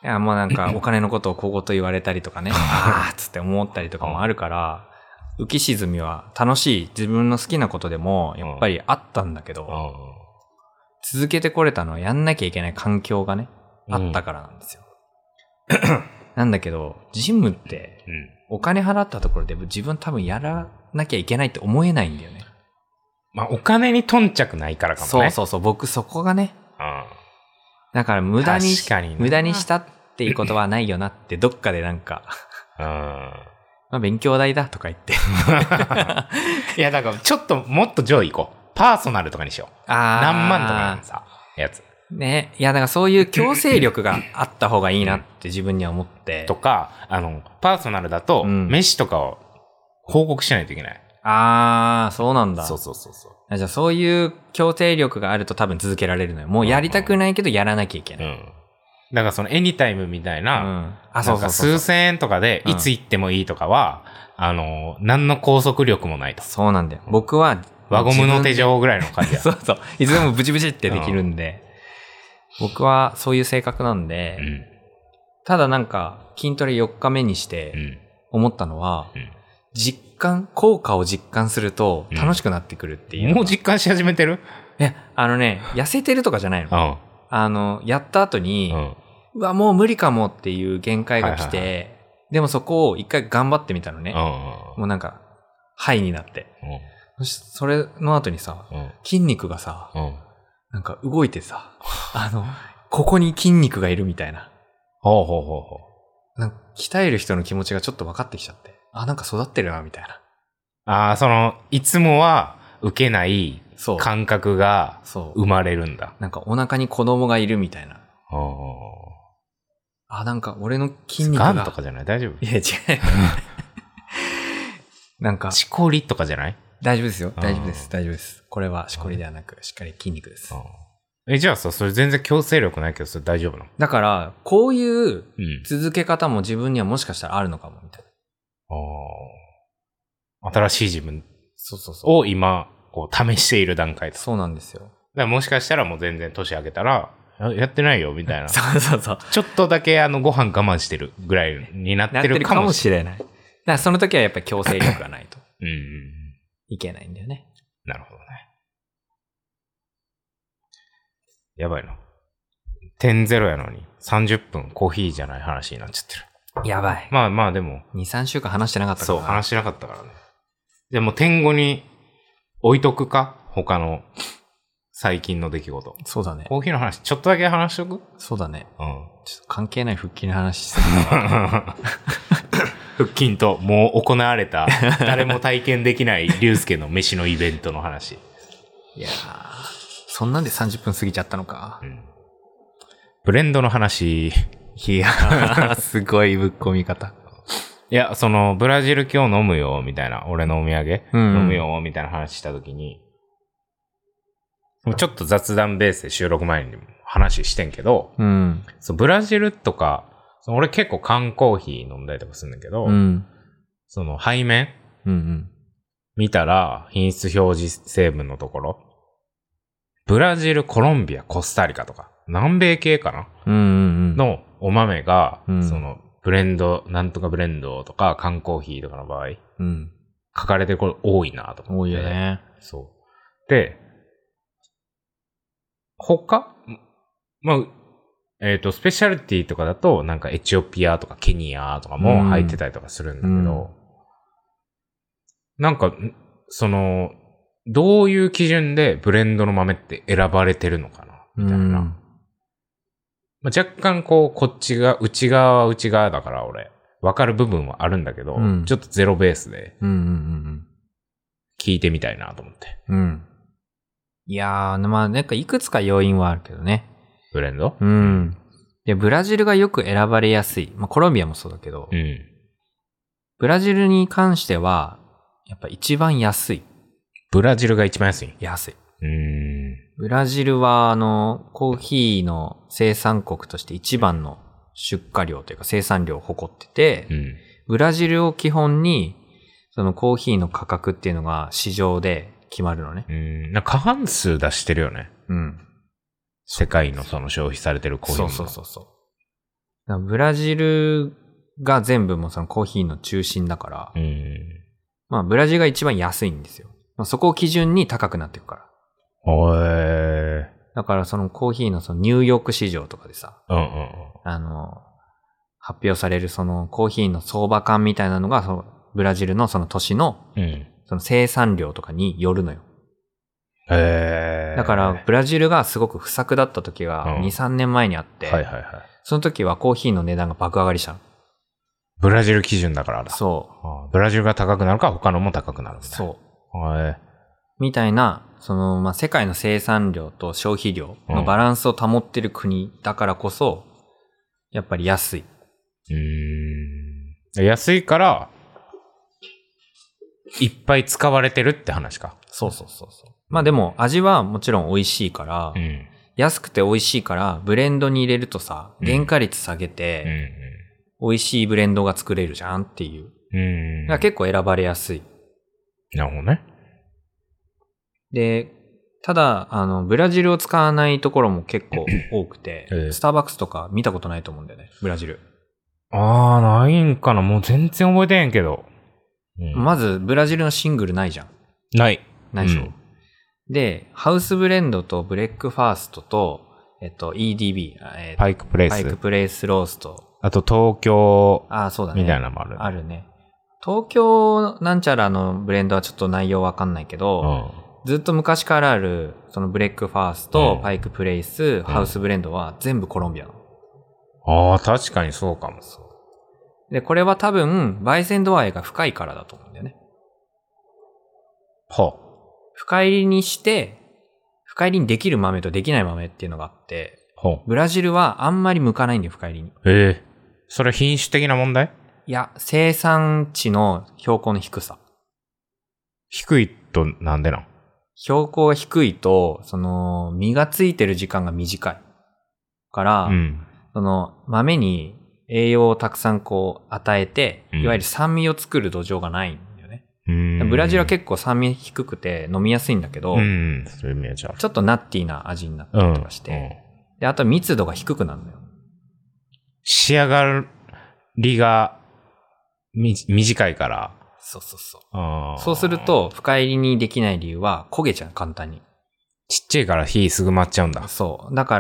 いや、もうなんかお金のことを小言言われたりとかね、あーっつって思ったりとかもあるから、浮き沈みは楽しい自分の好きなことでもやっぱりあったんだけど、続けてこれたのはやんなきゃいけない環境がね、あったからなんですよ。なんだけど、ジムってお金払ったところで自分多分やらなきゃいけないって思えないんだよね。 まあ、お金に頓着ないからかもね。 そうそうそう、僕そこがね。うん。だから無駄に、無駄にしたっていうことはないよなってどっかでなんか、うん。まあ、勉強代だとか言って。 いや、だからちょっともっと上位行こう。パーソナルとかにしよう。ああ。何万とかのさ、やつ。 ね。いや、だからそういう強制力があった方がいいなって自分には思って。 とか、あの、パーソナルだと、飯とかを報告しないといけない。 ああ、そうなんだ。 そうそうそうそう。 じゃあそういう強制力があると多分続けられるのよ。もうやりたくないけどやらなきゃいけない。うん。 だからそのエニタイムみたいな、うん、あ、そうそうそうそう。数千円とかでいつ行ってもいいとかは、うん、あの、何の拘束力もないと。 そうなんだよ。僕は、 輪ゴムの手錠ぐらいの感じや。 そうそう。いつでもブチブチってできるんで、うん、僕はそういう性格なんで、うん、ただなんか筋トレよっかめにして思ったのは、うんうん実感、効果を実感すると楽しくなってくるっていう、 うん。もう実感し始めてる？ いや、あのね、痩せてるとかじゃないの。うん、あの、やった後に、うん、うわ、もう無理かもっていう限界が来て、はいはいはい、でもそこを一回頑張ってみたのね。うん、もうなんか、 ハイになって。 うん、 そしそれの後にさ、うん、筋肉がさ、うん、なんか動いてさ、あの、ここに筋肉がいるみたいな。 ほうほうほうほう。なんか鍛える人の気持ちがちょっと分かってきちゃって。あ、なんか育ってるな、みたいな。 ああ、その、いつもは受けない感覚が生まれるんだ。 なんかお腹に子供がいるみたいな。あ、なんか俺の筋肉が。 ガンとかじゃない？大丈夫？ いや、違う。なんか。 しこりとかじゃない？ 大丈夫ですよ。大丈夫です。大丈夫です。これはしこりではなく、しっかり筋肉です。 え、じゃあさ、それ全然強制力ないけど、それ大丈夫なの？ だから、こういう続け方も自分にはもしかしたらあるのかも、みたいな。 ああ。新しい自分。 そうそうそう。 を今、こう、試している段階だ。 そうなんですよ。だからもしかしたらもう全然年明けたら、やってないよ、みたいな。 そうそうそう。 ちょっとだけあの、ご飯我慢してるぐらいになってるかもしれない。 なってるかもしれない。だからその時はやっぱり強制力がないと。 うん。 いけないんだよね。 なるほどね。やばいな。点ゼロやのに、さんじゅっぷんコーヒーじゃない話になっちゃってる。 やばい。 まあまあでも。 に、さんしゅうかん話してなかったから。 そう、話してなかったからね。じゃあもう点ごに置いとくか？他の最近の出来事。 そうだね。 コーヒーの話、ちょっとだけ話しとく？ そうだね。 うん。 ちょっと関係ない腹筋の話してる。 腹筋ともう行われた、誰も体験できない龍介の飯のイベントの話。 いやー、そんなんでさんじゅっぷん過ぎちゃったのか。うん、 ブレンドの話。 いやー、すごいぶっ込み方。 いや、その、ブラジル今日飲むよ、みたいな、俺のお土産、うん、飲むよ、みたいな話したときに、ちょっと雑談ベースで収録前にも話してんけど、うん、そうブラジルとか、その俺結構缶コーヒー飲んだりとかするんだけど、うん、その背面、うんうん、見たら品質表示成分のところ、ブラジル、コロンビア、コスタリカとか、南米系かな、うんうんうん、のお豆が、うん、そのブレンド、なんとかブレンドとか缶コーヒーとかの場合、うん、書かれてること多いなと思って。 多いよね。 そう。で、他まあ、えっと、スペシャルティとかだと、なんかエチオピアとかケニアとかも入ってたりとかするんだけど、うん、なんか、その、どういう基準でブレンドの豆って選ばれてるのかなみたいな。うん、まあ、若干こう、こっちが、内側は内側だから俺、わかる部分はあるんだけど、うん、ちょっとゼロベースで、聞いてみたいなと思って。 うん。いやー、まあなんかいくつか要因はあるけどね。 ブレンド？ うん。で、ブラジルがよく選ばれやすい。まあコロンビアもそうだけど、うん、ブラジルに関しては、やっぱ一番安い。 ブラジルが一番安い？ 安い。 うーん。 ブラジルは、あの、コーヒーの生産国として一番の出荷量というか生産量を誇ってて、うん、ブラジルを基本に、そのコーヒーの価格っていうのが市場で決まるのね。 うん。なんか過半数出してるよね。うん。世界のその消費されてるコーヒーの。 そうそうそうそう。ブラジルが全部もそのコーヒーの中心だから、うん、まあブラジルが一番安いんですよ。まあ、そこを基準に高くなっていくから。 おー。 だからそのコーヒーのそのニューヨーク市場とかでさ、 うんうん、 あの、発表されるそのコーヒーの相場感みたいなのが、そのブラジルのその都市の、うん、その生産量とかによるのよ。 へー。 だからブラジルがすごく不作だった時がに、さんねんまえにあって、 はいはいはい、その時はコーヒーの値段が爆上がりしたの。 ブラジル基準だからだ。 そう。 ブラジルが高くなるか他のも高くなるみたいな。 そう。 へー。 みたいな、その、まあ、世界の生産量と消費量のバランスを保ってる国だからこそ、やっぱり安い。 うーん。安いから、いっぱい使われてるって話か。 そうそうそうそう。まあでも味はもちろん美味しいから、うん、安くて美味しいからブレンドに入れるとさ、原価率下げて、うんうん、美味しいブレンドが作れるじゃんっていう。うん、だから結構選ばれやすい。 なるほどね。 で、ただ、あの、ブラジルを使わないところも結構多くて、えー、スターバックスとか見たことないと思うんだよね、ブラジル。 あー、ないんかな。もう全然覚えてへんけど。 うん、まず、ブラジルのシングルないじゃん。 ない。 ないでしょ、うん。で、ハウスブレンドとブレックファーストと、えっと、イーディービー、えー、 パイクプレイス。 パイクプレイスロースト。 あと、東京。 あ、そうだね。 みたいなのもある、ね。 あるね。 東京なんちゃらのブレンドはちょっと内容わかんないけど、うん、ずっと昔からある、そのブレックファースト、うん、パイクプレイス、うん、ハウスブレンドは全部コロンビアなの。 ああ、確かにそうかも。そう。 で、これは多分、焙煎度合いが深いからだと思うんだよね。 はあ。 深入りにして、深入りにできる豆とできない豆っていうのがあって、はあ、ブラジルはあんまり向かないんだよ、深入りに。 ええー。それ品種的な問題？ いや、生産地の標高の低さ。 低いとなんでなん？ 標高が低いと、その、実がついてる時間が短い。から、うん、その、豆に栄養をたくさんこう与えて、いわゆる酸味を作る土壌がないんだよね。うん、ブラジルは結構酸味低くて飲みやすいんだけど、うん、そういうイメージある。ちょっとナッティーな味になったりとかして、うんうん、で、あと密度が低くなるんだよ。 仕上がりがみ短いから。 そうそうそう。そうすると、深入りにできない理由は焦げちゃう、簡単に。 ちっちゃいから火すぐ回っちゃうんだ。 そう。だから、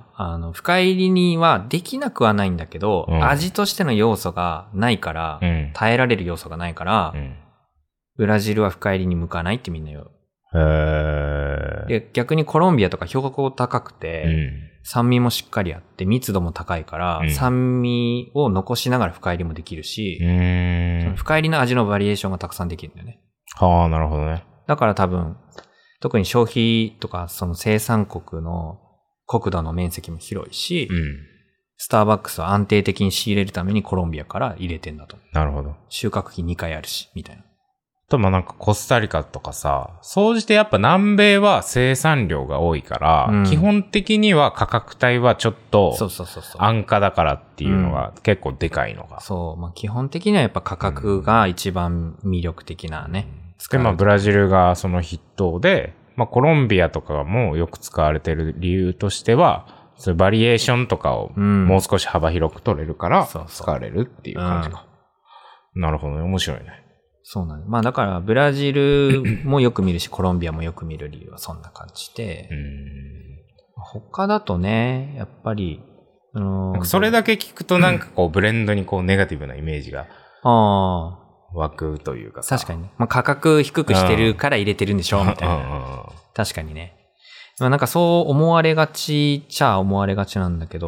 あの、深入りにはできなくはないんだけど、うん、味としての要素がないから、うん、耐えられる要素がないから、うん、ブラジルは深入りに向かないってみんな言う。へー。で、逆にコロンビアとか標高高くて、うん、酸味もしっかりあって密度も高いから、うん、酸味を残しながら深入りもできるし、うーん、その深入りの味のバリエーションがたくさんできるんだよね。 はあ、なるほどね。 だから多分、特に消費とかその生産国の国土の面積も広いし、うん、スターバックスは安定的に仕入れるためにコロンビアから入れてんだと。 なるほど。 収穫期にかいあるし、みたいな。 と、まあ、なんかコスタリカとかさ、総じてやっぱ南米は生産量が多いから、うん、基本的には価格帯はちょっと安価だからっていうのが結構でかいのが。 うん、そう。まあ、基本的にはやっぱ価格が一番魅力的なね。 うん、で、まあ、ブラジルがその筆頭で、まあ、コロンビアとかもよく使われてる理由としては、そういうバリエーションとかをもう少し幅広く取れるから使われるっていう感じか。うん、なるほどね。面白いね。 そうなんです。まあだからブラジルもよく見るし、コロンビアもよく見る理由はそんな感じで。うーん、他だとね、やっぱり、 あのー、それだけ聞くとなんかこうブレンドにこうネガティブなイメージが湧くというかさ。 確かにね。まあ価格低くしてるから入れてるんでしょみたいな。確かにね。まあなんかそう思われがちちゃ思われがちなんだけど、うん、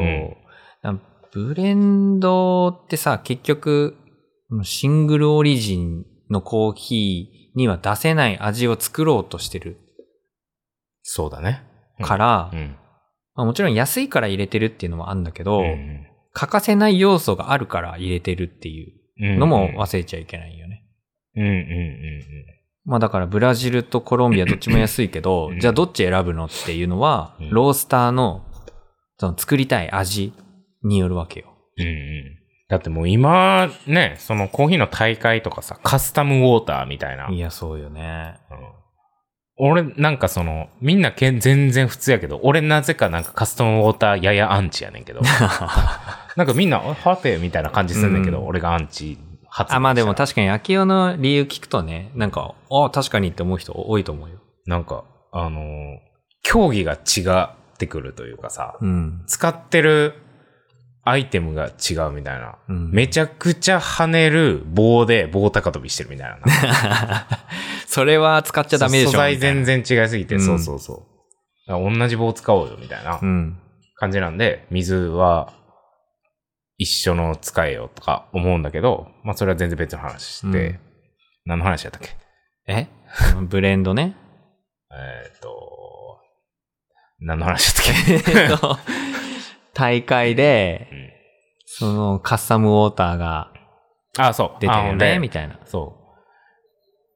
ブレンドってさ、結局シングルオリジンのコーヒーには出せない味を作ろうとしてる。 そうだね。 から、うんうん、まあ、もちろん安いから入れてるっていうのもあるんだけど、うん、欠かせない要素があるから入れてるっていうのも忘れちゃいけないよね。うんうんうんうん。まあだからブラジルとコロンビアどっちも安いけど、じゃあどっち選ぶのっていうのは、ロースターのその作りたい味によるわけよ。うんうん。 だってもう今ね、そのコーヒーの大会とかさ、カスタムウォーターみたいな。 いや、そうよね。 うん、俺なんかその、みんな全然普通やけど、俺なぜかなんかカスタムウォーターややアンチやねんけど。なんかみんな、はてみたいな感じするんだけど、うん、俺がアンチ発言。 あ、まあでも確かに秋代の理由聞くとね、なんか、あ確かにって思う人多いと思うよ。 なんか、あのー、競技が違ってくるというかさ、うん、使ってるアイテムが違うみたいな、うん。めちゃくちゃ跳ねる棒で棒高跳びしてるみたいな。 それは使っちゃダメでしょ。 素材全然違いすぎて、うん、そうそうそう。同じ棒使おうよみたいな感じなんで、水は一緒の使えよとか思うんだけど、まあそれは全然別の話して、うん、何の話やったっけ？ えブレンドね。 えっと、何の話やったっけ？ 大会で、うん、そのカスタムウォーターがあそう出てるよねみたいな。 そう。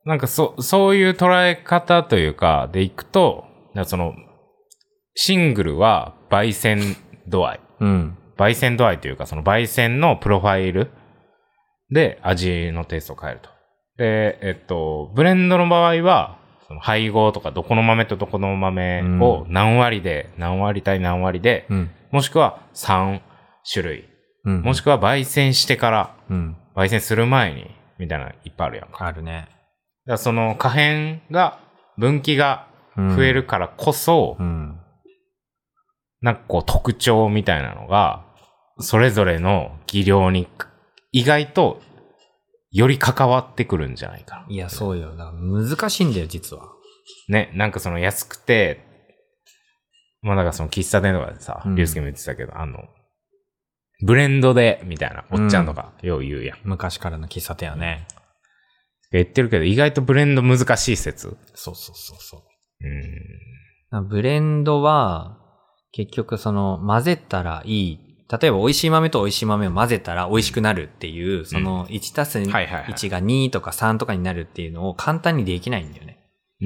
なんかそそういう捉え方というかでいくと、そのシングルは焙煎度合い、うん、焙煎度合いというかその焙煎のプロファイルで味のテイストを変えると。で、えっとブレンドの場合はその配合とかどこの豆とどこの豆を何割で、うん、何割対何割で、うんもしくはさん種類、うん、もしくは焙煎してから、うん、焙煎する前にみたいなのいっぱいあるやんか。 あるね。 だからその可変が分岐が増えるからこそ、うん、なんかこう特徴みたいなのがそれぞれの技量に意外とより関わってくるんじゃないかな。 いや、そうよ。だから難しいんだよ、実は。 ね、なんかその安くて、まあだからその喫茶店とかでさ、 うんリュウスケも言ってたけど、あの、ブレンドで、みたいな、おっちゃんとか、よう言うやん。 昔からの喫茶店はね。 言ってるけど、意外とブレンド難しい説。 そうそうそうそう。 うん。 ブレンドは、結局その混ぜたらいい。例えば美味しい豆と美味しい豆を混ぜたら美味しくなるっていう、そのいちたすいちがにとかさんとかになるっていうのを簡単にできないんだよね。 うん。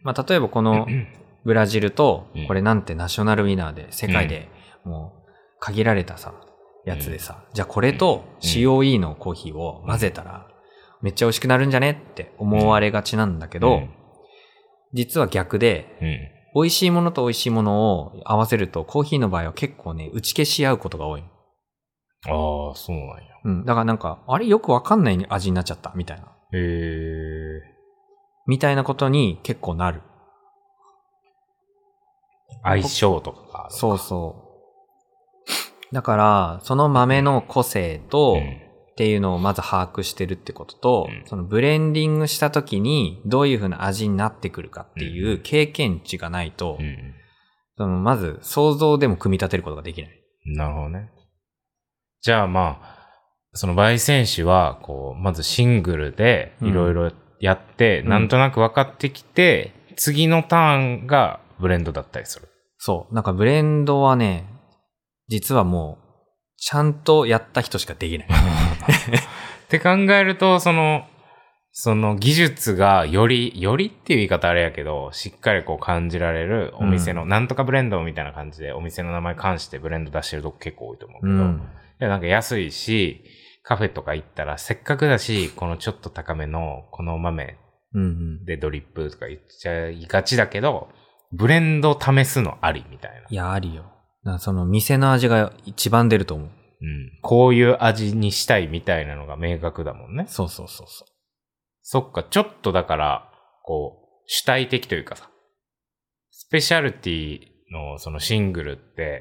まあ例えばこのブラジルと、これなんてナショナルウィナーで世界でもう限られたさ、やつでさ、じゃあこれと シーオーイー のコーヒーを混ぜたらめっちゃ美味しくなるんじゃねって思われがちなんだけど、実は逆で、美味しいものと美味しいものを合わせると、コーヒーの場合は結構ね、打ち消し合うことが多い。 ああ、そうなんや。 うん。だからなんか、あれよくわかんない味になっちゃった、みたいな。 へえ。 みたいなことに結構なる。 相性とかがある。 そうそう。だから、その豆の個性と、うんっていうのをまず把握してるってことと、うん、そのブレンディングした時にどういう風な味になってくるかっていう経験値がないと、うん、そのまず想像でも組み立てることができない。 なるほどね。じゃあまあ、その焙煎士は、こう、まずシングルでいろいろやって、うん、なんとなく分かってきて、うん、次のターンがブレンドだったりする。 そう。なんかブレンドはね、実はもう、ちゃんとやった人しかできない。 って考えると、その、その技術がより、よりっていう言い方あれやけど、しっかりこう感じられるお店の、うん、なんとかブレンドみたいな感じでお店の名前関してブレンド出してるとこ結構多いと思うけど、うん、いやなんか安いし、カフェとか行ったらせっかくだし、このちょっと高めのこの豆でドリップとか言っちゃいがちだけど、ブレンド試すのありみたいな。 いや、ありよ。その店の味が一番出ると思う。 うん。こういう味にしたいみたいなのが明確だもんね。 そうそうそうそう。 そっか、ちょっとだから、こう、主体的というかさ、スペシャルティのそのシングルって、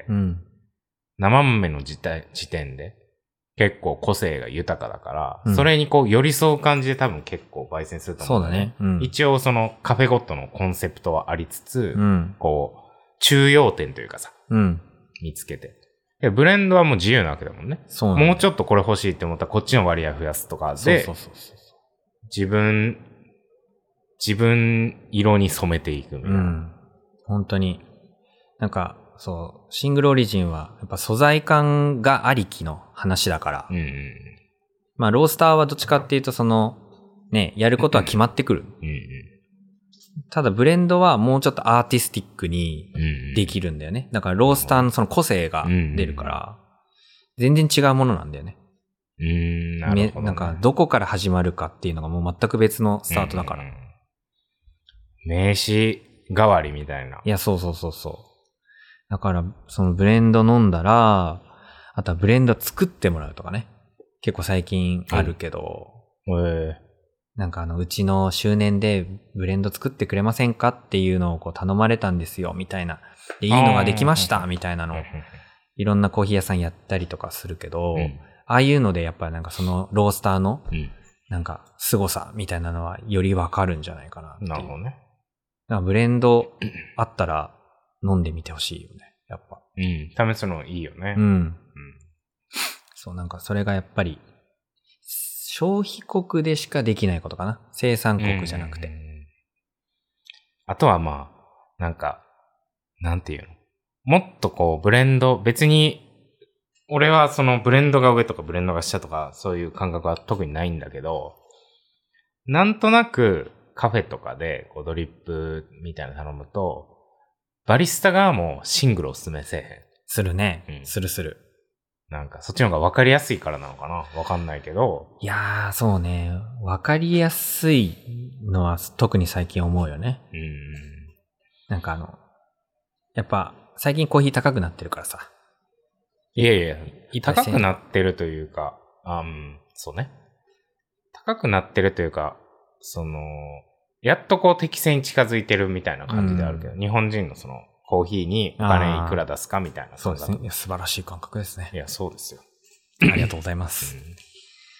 うん、生豆の時点で結構個性が豊かだから、うん、それにこう寄り添う感じで多分結構焙煎すると思うんだね。 そうだね。うん、 一応そのカフェごとのコンセプトはありつつ、うん、こう、中央点というかさ、うん、見つけて。ブレンドはもう自由なわけだもんね。そうもうちょっとこれ欲しいって思ったらこっちの割合増やすとかで、そうそうそうそう自分、自分色に染めていくみたいな。うん。 本当に。なんか、そう、シングルオリジンはやっぱ素材感がありきの話だから。うん、うん。まあロースターはどっちかっていうとその、ね、やることは決まってくる。うん、うん。ただブレンドはもうちょっとアーティスティックにできるんだよね。だからロースターのその個性が出るから、全然違うものなんだよね。 うーん、なるほど、ね。 なんかどこから始まるかっていうのがもう全く別のスタートだから。 名刺代わりみたいな。 いや、そうそうそうそう。だからそのブレンド飲んだら、あとはブレンド作ってもらうとかね。結構最近あるけど。 へえ。 なんかあの、うちの周年でブレンド作ってくれませんかっていうのをこう頼まれたんですよ、みたいな。で、いいのができました、みたいなのを、いろんなコーヒー屋さんやったりとかするけど、うん、ああいうのでやっぱりなんかそのロースターの、なんか凄さみたいなのはよりわかるんじゃないかなっていう。 なるほどね。 だからブレンドあったら飲んでみてほしいよね、やっぱ。 うん、試すのいいよね。 うん。うん、そう、なんかそれがやっぱり、消費国でしかできないことかな。生産国じゃなくて。うんうんうん、 あとはまあ、なんか、なんていうのもっとこう、ブレンド、別に、俺はそのブレンドが上とかブレンドが下とか、そういう感覚は特にないんだけど、なんとなくカフェとかでこうドリップみたいなの頼むと、バリスタ側もシングルをおすすめせえへん。 するね。うん、するする。 なんか、そっちの方が分かりやすいからなのかなわかんないけど。 いやー、そうね。分かりやすいのは特に最近思うよね。うん。なんかあの、やっぱ、最近コーヒー高くなってるからさ。 いやいや、高くなってるというか、あうん、そうね。高くなってるというか、その、やっとこう適正に近づいてるみたいな感じであるけど、うん、日本人のその、コーヒーにお金いくら出すかみたいな。 そうですね。いや、素晴らしい感覚ですね。 いや、そうですよ。 ありがとうございます。うん、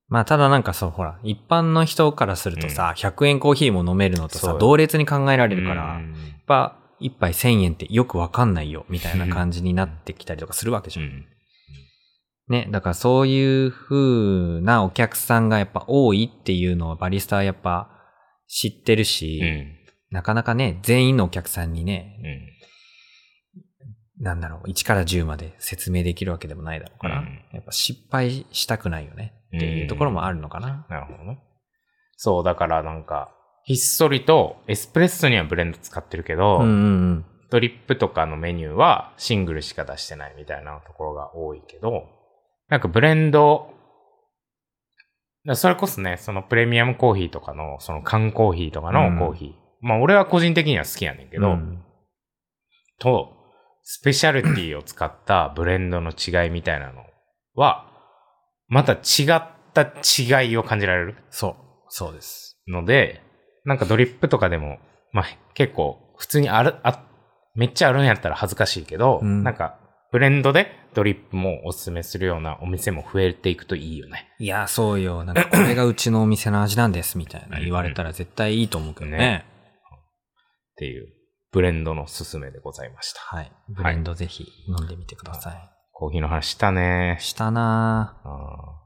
まあただなんかそう、ほら、一般の人からするとさ、うん、ひゃくえんコーヒーも飲めるのとさ、同列に考えられるから、やっぱ一杯せんえんってよくわかんないよ、みたいな感じになってきたりとかするわけじゃん。うん、ね、だからそういう風なお客さんがやっぱ多いっていうのをバリスタはやっぱ知ってるし、うん、なかなかね、全員のお客さんにね、うん、なんだろう、いちからじゅうまで説明できるわけでもないだろうから、うん、やっぱ失敗したくないよねっていうところもあるのかな。 うん、なるほどね。そう、だからなんか、ひっそりとエスプレッソにはブレンド使ってるけど、うんうんうん、ドリップとかのメニューはシングルしか出してないみたいなところが多いけど、なんかブレンド、それこそね、そのプレミアムコーヒーとかの、その缶コーヒーとかのコーヒー。うん、まあ俺は個人的には好きやねんけど、うん、と、スペシャルティを使ったブレンドの違いみたいなのは、また違った違いを感じられる。 そう。そうです。 ので、なんかドリップとかでも、まあ結構普通にある、あ、めっちゃあるんやったら恥ずかしいけど、うん、なんかブレンドでドリップもおすすめするようなお店も増えていくといいよね。 いや、そうよ。なんかこれがうちのお店の味なんですみたいな言われたら絶対いいと思うけどね。ねっていうブレンドのすすめでございました。 はい。ブレンドぜひ飲んでみてください。はい、 コーヒーの話したね。 したなぁ。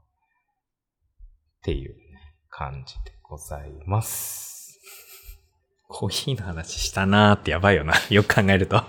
っていう感じでございます。 コーヒーの話したなーってやばいよな。よく考えると。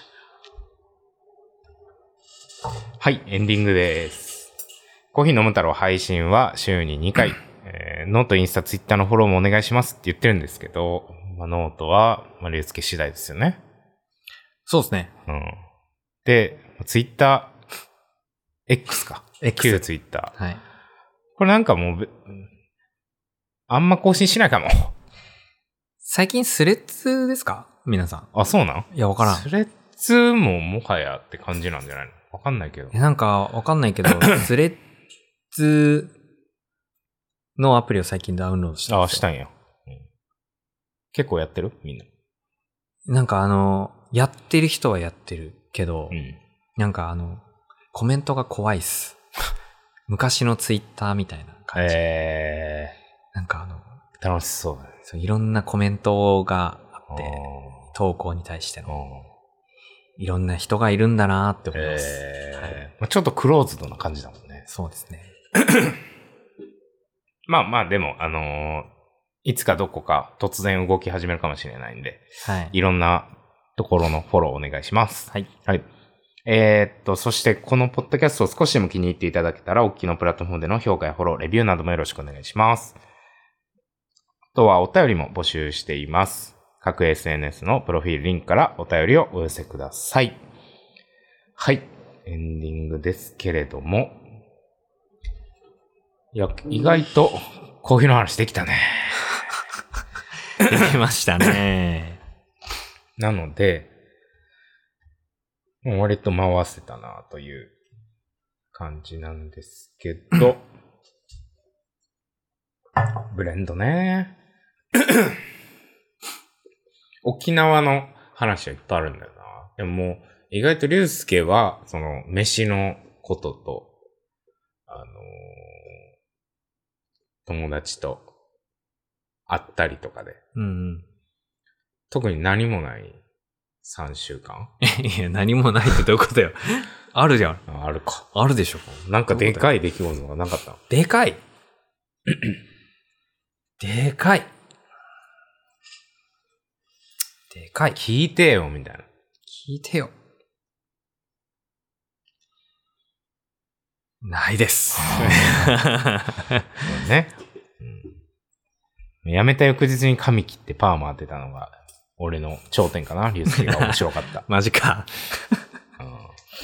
はい、エンディングです。コーヒー飲む太郎配信は週ににかい、えー、ノート、インスタ、ツイッターのフォローもお願いしますって言ってるんですけど、まあ、ノートは、まあ、リュウスケ次第ですよね。 そうですね。 うん。で、ツイッター、X か。 X。 旧ツイッター。 はい。 これなんかもう、あんま更新しないかも。 最近スレッズですか皆さん。 あ、そうなん？ いや、わからん。 スレッズももはやって感じなんじゃないの？わかんないけど。 なんか、わかんないけど、スレッズのアプリを最近ダウンロードしたんですよ。 あ、したんや。うん、結構やってる？みんな。 なんかあの、やってる人はやってるけど、うん、なんかあの、コメントが怖いっす。昔のツイッターみたいな感じ。えー、なんかあの、 楽しそうだね。 そう、いろんなコメントがあって、投稿に対しての。いろんな人がいるんだなーって思います。えーはいまあ、ちょっとクローズドな感じだもんね。 そうですね。 まあまあでも、あのー、いつかどこか突然動き始めるかもしれないんで、はい、いろんなところのフォローお願いします。 はい。 はい。えー、っと、そしてこのポッドキャストを少しでも気に入っていただけたら、お聞きのプラットフォームでの評価やフォロー、レビューなどもよろしくお願いします。あとはお便りも募集しています。各 エスエヌエス のプロフィールリンクからお便りをお寄せください。はい。エンディングですけれども。いや、意外とコーヒーの話できたね。 できましたね。 なので、もう割と回せたなという感じなんですけど、ブレンドね。沖縄の話はいっぱいあるんだよな。でももう、意外とリュウスケは、その、飯のことと、あのー、友達と会ったりとかで、うんうん、特に何もないさんしゅうかんいや、何もないってどういうことよ。あるじゃん。 あ, あるか。 あるでしょ。 なんかでかい出来事がなかったの？ でかいでかいでかい。 聞いてよ、みたいな。 聞いてよ。ないです。 ね、うん。辞めた翌日に髪切ってパーマ当てたのが、俺の頂点かな。リュウスケが面白かった。 マジか。 うん、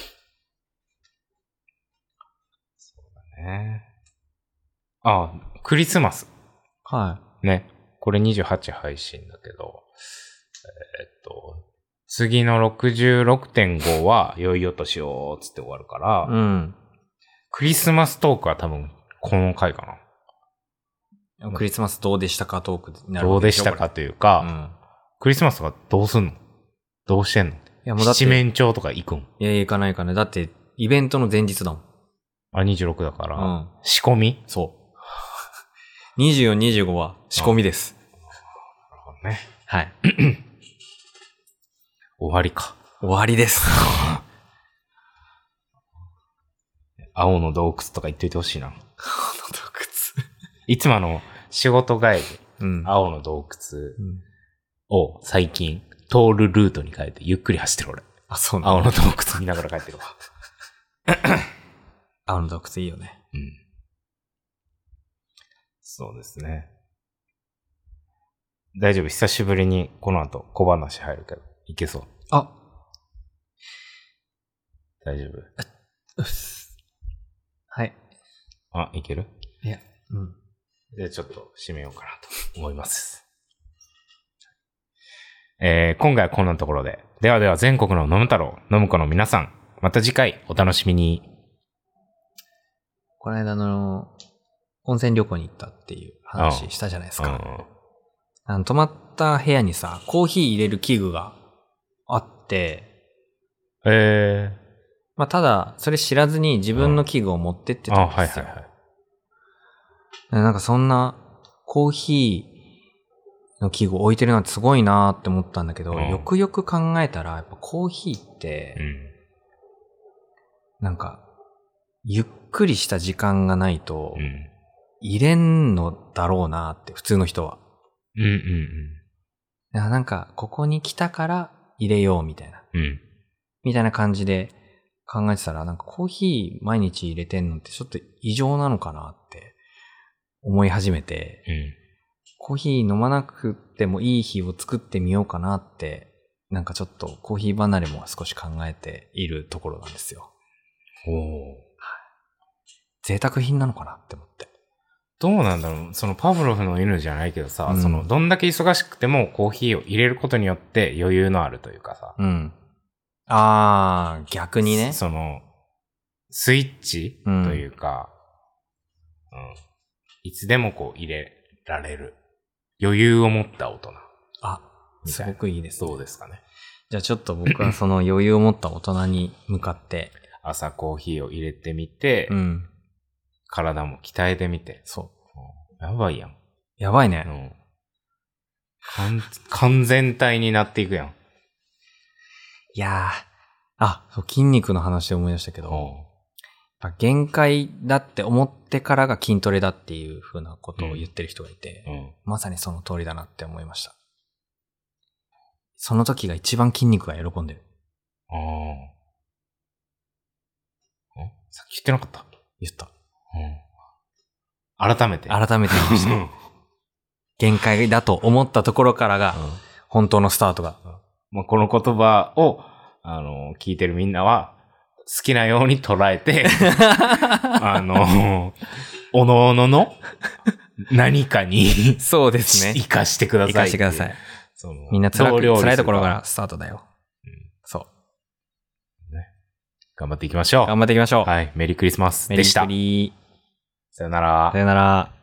そうだね。ああ、クリスマス。 はい。 ね。これにじゅうはち配信だけど、えー、っと、次の ろくじゅうろくてんご は良いお年をつって終わるから、うん。クリスマストークは多分この回かな。クリスマスどうでしたかトークになるわけでしょ。どうでしたかというか、うん、クリスマスとかどうすんの？どうしてんの？いやもうだって七面鳥とか行くん？ いやいや行かないかね。だってイベントの前日だもん。 あ、にじゅうろくだから、うん、仕込み？ そにじゅうよん、にじゅうごは仕込みです。 なるほどね。 はい。 終わりか。 終わりです。 青の洞窟とか言っといてほしいな。青の洞窟。 いつもあの、仕事帰り、 うん、 青の洞窟を最近通るルートに変えてゆっくり走ってる俺。 あ、そうなんだ。 青の洞窟見ながら帰ってるわ。 青の洞窟いいよね。 うん。そうですね。大丈夫。久しぶりにこの後小話入るけど、いけそう。 あ。 大丈夫。 はい。 あ、いける？ いや。うん。 じゃあちょっと締めようかなと思います。えー、今回はこんなところで。ではでは全国の飲む太郎、飲む子の皆さん、また次回お楽しみに。 この間の温泉旅行に行ったっていう話したじゃないですか。うん、あの泊まった部屋にさ、コーヒー入れる器具があって、 えー、 まあただそれ知らずに自分の器具を持ってってたんですよ。 あ、はいはいはい。 なんかそんなコーヒーの器具を置いてるなんてすごいなーって思ったんだけど、うん、よくよく考えたらやっぱコーヒーって、うん、なんかゆっくりした時間がないと入れんのだろうなーって、普通の人は。 うんうんうん。 なんかここに来たから入れようみたいな、 うん、みたいな感じで考えてたら、なんかコーヒー毎日入れてんのってちょっと異常なのかなって思い始めて、 うん、 コーヒー飲まなくてもいい日を作ってみようかなって、なんかちょっとコーヒー離れも少し考えているところなんですよ。 おー。 贅沢品なのかなって思って。 どうなんだろう、そのパブロフの犬じゃないけどさ、うん、そのどんだけ忙しくてもコーヒーを入れることによって余裕のあるというかさ。 うん。あー、逆にね。 その、スイッチというか、うん、うん。いつでもこう入れられる。余裕を持った大人。 あ、すごくいいですね。 そうですかね。 じゃあちょっと僕はその余裕を持った大人に向かって。 朝コーヒーを入れてみて、 うん。 体も鍛えてみて。 そう。 やばいやん。 やばいね。 うん。完全体になっていくやん。 いやー。あ、そう、筋肉の話で思い出したけど、限界だって思ってからが筋トレだっていう風なことを言ってる人がいて、 うんうん、 まさにその通りだなって思いました。その時が一番筋肉が喜んでる。 ああ。さっき言ってなかった？ 言った。 うん、改めて。 改めて言いました。限界だと思ったところからが、本当のスタートが。 うんまあ、この言葉を、あの、聞いてるみんなは、好きなように捉えて、あの、おのおのの何かに、 そうですね。 生かしてください。 生かしてください。みんな辛く辛いところからスタートだよ。うん、そう、 ね。頑張っていきましょう。 頑張っていきましょう。 はい。メリークリスマスでした。 メリークリ。 さよなら。 さよなら。